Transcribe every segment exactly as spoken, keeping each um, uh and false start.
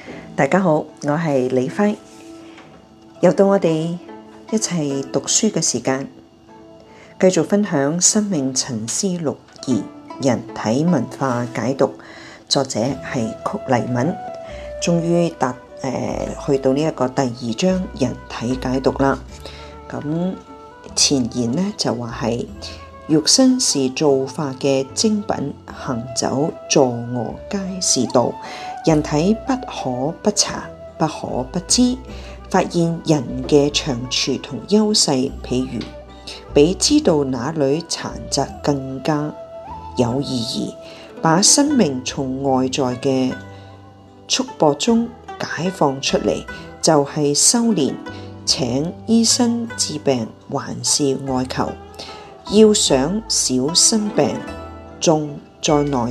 大家好，我係李輝，又到我哋一齊讀書嘅時間，繼續分享《生命沉思錄二：人體文化解讀》，作者係曲黎敏。終於達誒、呃、去到呢一個第二章人體解讀啦。咁前言呢就話係肉身是造化嘅精品，行走坐臥皆是道。人體不可不察，不可不知，發現人嘅長處同優勢，譬如比知道哪裏殘疾更加有意義。把生命從外在嘅束縛中解放出嚟，就係修煉。請醫生治病還是外求？要想少生病，重在內。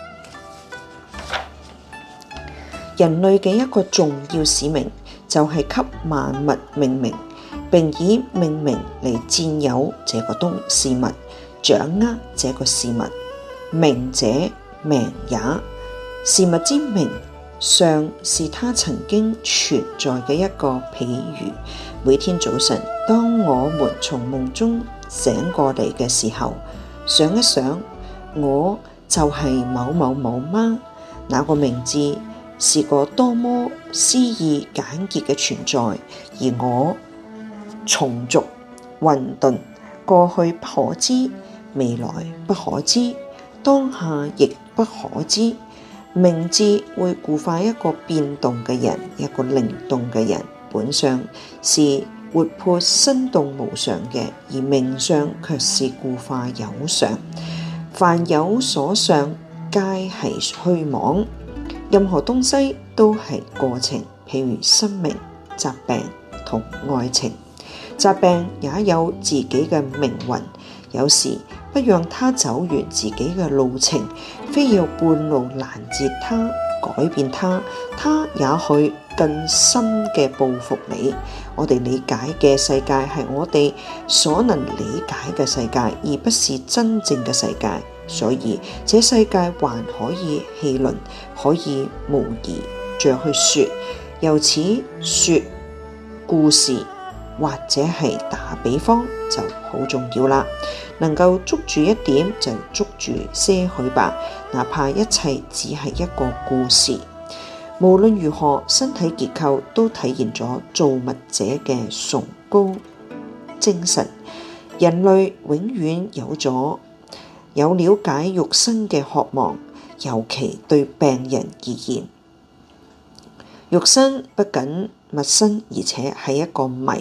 人類嘅一個重要使命就係給萬物命名，並以命名嚟佔有這個東事物，掌握這個事物。名者命也，事物之名上是它曾經存在嘅一個譬喻。每天早晨，當我們從夢中醒過嚟嘅時候，想一想，我就係某某某嗎？那個名字是個多麼詩意簡潔嘅存在，而我蟲俗混沌，過去不可知，未來不可知，當下亦不可知。名字會固化一個變動嘅人，一個靈動嘅人，本相是活潑生動無常嘅，而名相卻是固化有常。凡有所相，皆係虛妄。任何東西都係過程，譬如生命、疾病同愛情。疾病也有自己嘅命運，有時不讓他走完自己嘅路程，非要半路攔截他、改變他，他也許更深嘅報復你。我哋理解嘅世界係我哋所能理解嘅世界，而不是真正嘅世界。所以，這世界還可以戲論，可以模擬着去說，由此說故事或者係打比方就好重要啦。能夠捉住一點就捉住些許吧，哪怕一切只係一個故事。無論如何，身體結構都體現咗造物者嘅崇高精神。人類永遠有咗有了解肉身嘅渴望，尤其對病人而言，肉身不僅陌生，而且係一個謎。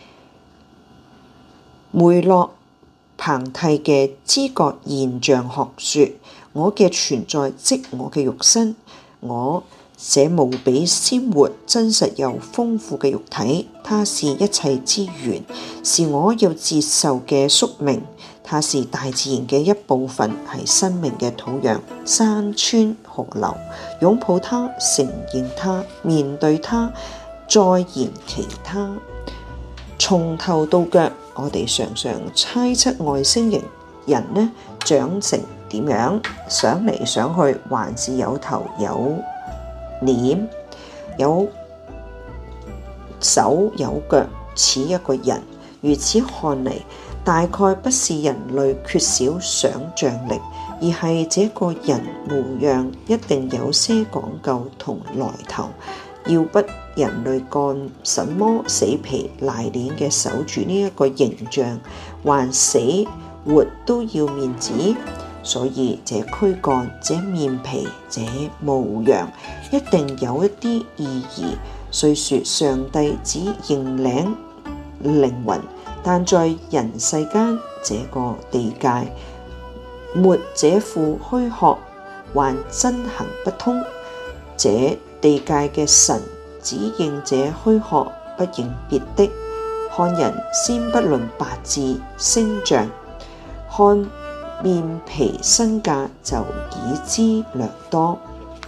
梅洛龐蒂嘅知覺現象學說，我嘅存在即我嘅肉身，我這無比鮮活、真實又豐富嘅肉體，它是一切之源，是我要接受嘅宿命。它是大自然嘅一部分，係生命嘅土壤。山川河流，擁抱它，承認它，面對它，再言其他。從頭到腳，我哋常常猜測外星人人呢長成點樣，想嚟想去，還是有頭有臉，有手有腳，似一個人。如此看嚟，大概不是人類缺少想像力，而係這個人模樣一定有些講究同來頭。要不人類幹什麼死皮賴臉嘅守住呢一個形象，還死活都要面子。所以這軀幹、這面皮、這模樣，一定有一啲意義。雖說上帝只認領靈魂，但在人世間這個地界，沒這副虛殼，還真行不通。這地界嘅神只認這虛殼，不認別的。看人先不論八字星象，看面皮身價就已知略多。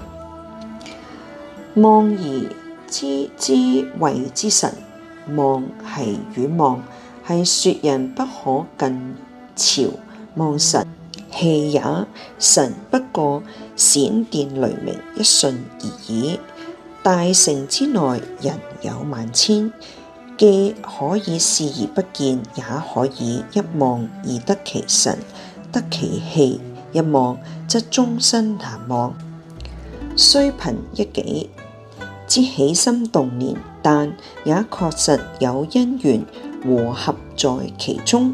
望而知之謂之神，望係遠望，係說人不可近朝望神。氣也，神不過閃電雷鳴一瞬而已。 大城之內人有萬千，既可以視而不見，也可以一望而得其神，得其氣。一望則終身難忘。雖憑一己之起心動念，但也確實有因緣和合在其中。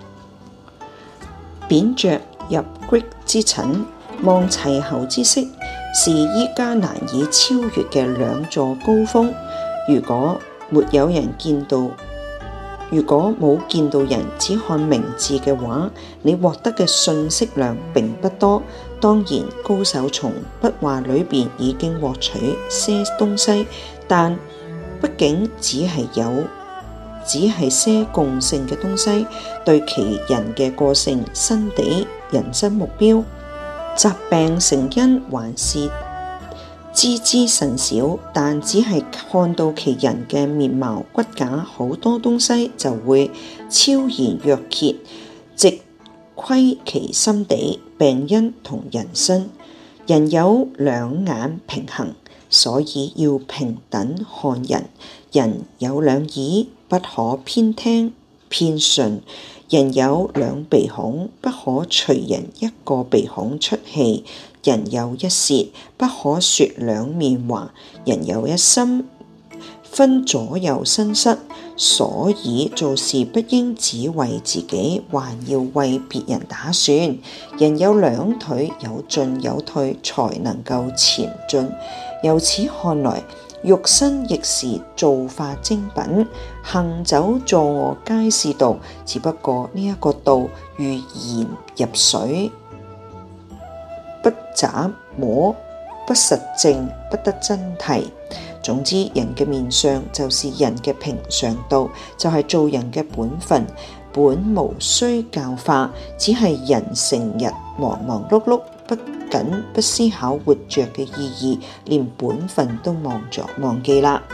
扁鵲入虢之寢，望齊候之色，是依家難以超越嘅兩座高峰。如果沒有人見到，如果冇見到人，只看名字嘅話，你獲得嘅信息量並不多。當然，高手從筆畫裏邊已經獲取些東西，但畢竟只係有，只係些共性嘅東西，對其人嘅個性、心地、人生目標、疾病成因，還是知之甚少。但只係看到其人嘅面貌骨架，好多東西就會昭然若揭，直窺其心地、病因同人生。人有兩眼平衡，所以要平等看人。人有兩耳，不可偏聽偏順。人有兩鼻孔，不可隨人一個鼻孔出氣。人有一舌，不可說兩面話。人有一心，分左右身失。所以做事不應只為自己，還要為別人打算。人有兩腿，有進有退，才能夠前進。由此看來，肉身亦是造化精品，行走坐臥皆是道，只不過呢一個道如鹽入水，不雜摸，不實證，不得真諦。總之，人嘅面相就是人嘅平常道，就係、是、做人嘅本分，本無需教化，只係人成日忙忙碌碌，不僅不思考活着嘅意義，連本分都忘咗忘記啦。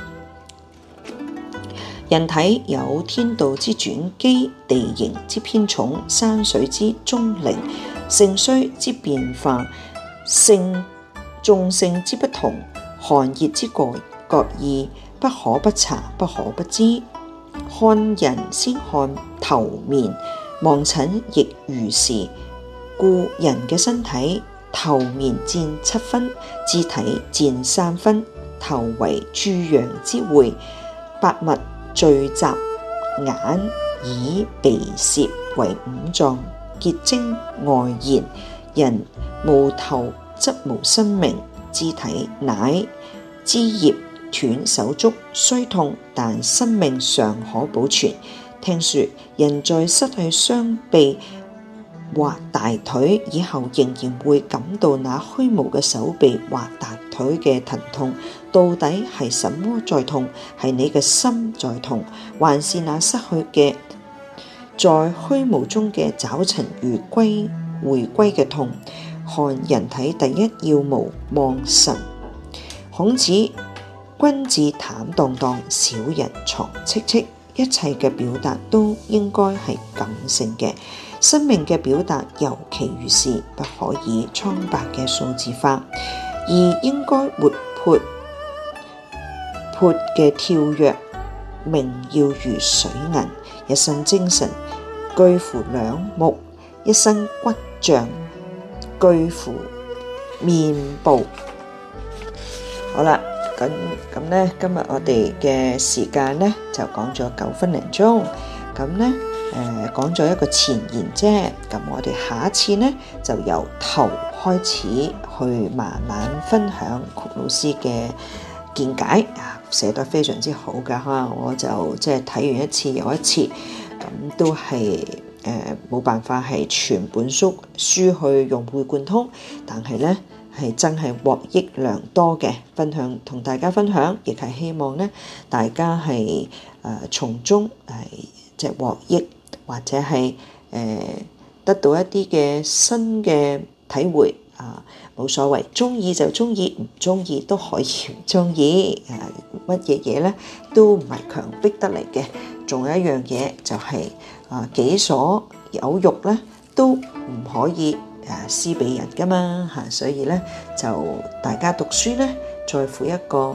人體有天道之轉機，地形之偏重，山水之中靈，盛衰之變化，性眾性之不同，寒熱之各各異，不可不察，不可不知。看人先看頭面，望診亦如是。故人嘅身體，頭面佔七分，肢體佔三分。頭為諸陽之會，百物聚集，眼耳鼻舌為五臟結晶外現。人無頭則無生命，肢體乃枝葉斷手足，雖痛，但生命尚可保存。聽說人在失去雙臂或大腿以後，仍然會感到那虛無嘅手臂或大腿嘅疼痛。到底係什麼在痛？係你嘅心在痛，還是那失去嘅在虛無中嘅找尋如歸回歸嘅痛？看人體第一要務望神。孔子：君子坦蕩蕩，小人藏戚戚。一切嘅表達都應該係感性嘅，生命嘅表達尤其如是，不可以蒼白嘅數字化，而應該活潑潑嘅跳躍，明耀如水銀。一身精神巨乎兩目，一身骨脹巨乎面部。好啦。咁咁咧，今日我哋嘅時間咧就講咗九分零鐘，咁咧誒講咗一個前言啫。咁我哋下一次咧就由頭開始去慢慢分享曲老師嘅見解啊，寫得非常之好噶嚇，我就即係睇完一次又一次，咁都係誒冇辦法係全本書書去融會貫通，但係咧。係真係獲益良多嘅分享，同大家分享，亦係希望咧大家係誒、呃、從中係即係獲益，或者係誒、呃、得到一啲嘅新嘅體會啊，冇所謂，中意就中意，唔中意都可以唔中意，誒乜嘢嘢咧都唔係強迫得嚟嘅。仲有一樣嘢就係、是、啊己所有欲咧都唔可以。誒施俾人噶嘛嚇，所以咧就大家讀書咧，在乎一個誒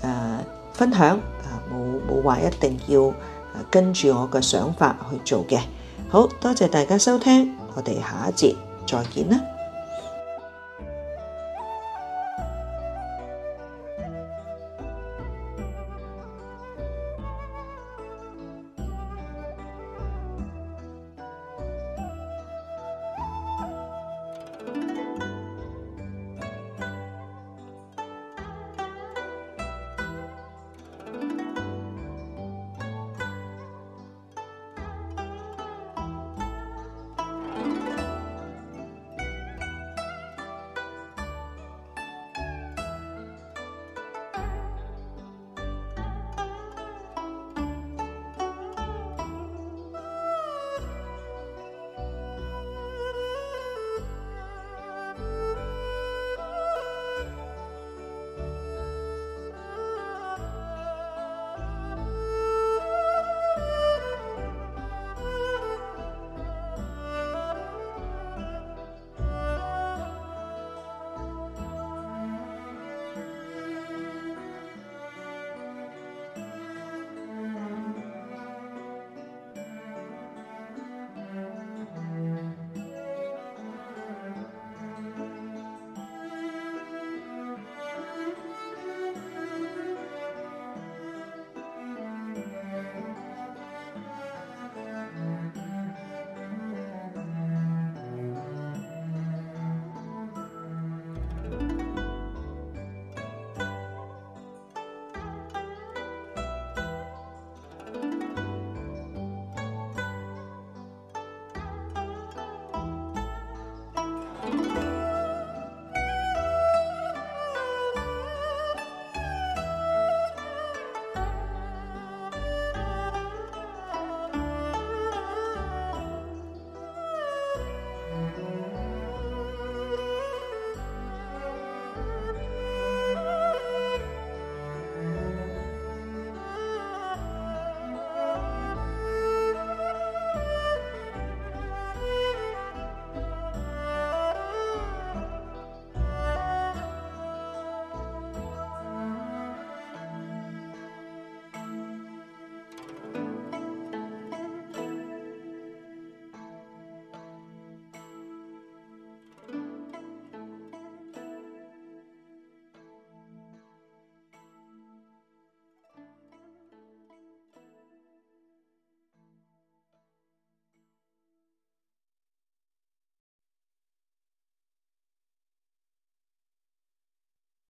呃、分享，啊冇冇話一定要跟住我嘅想法去做嘅。好多謝大家收聽，我哋下一節再見啦。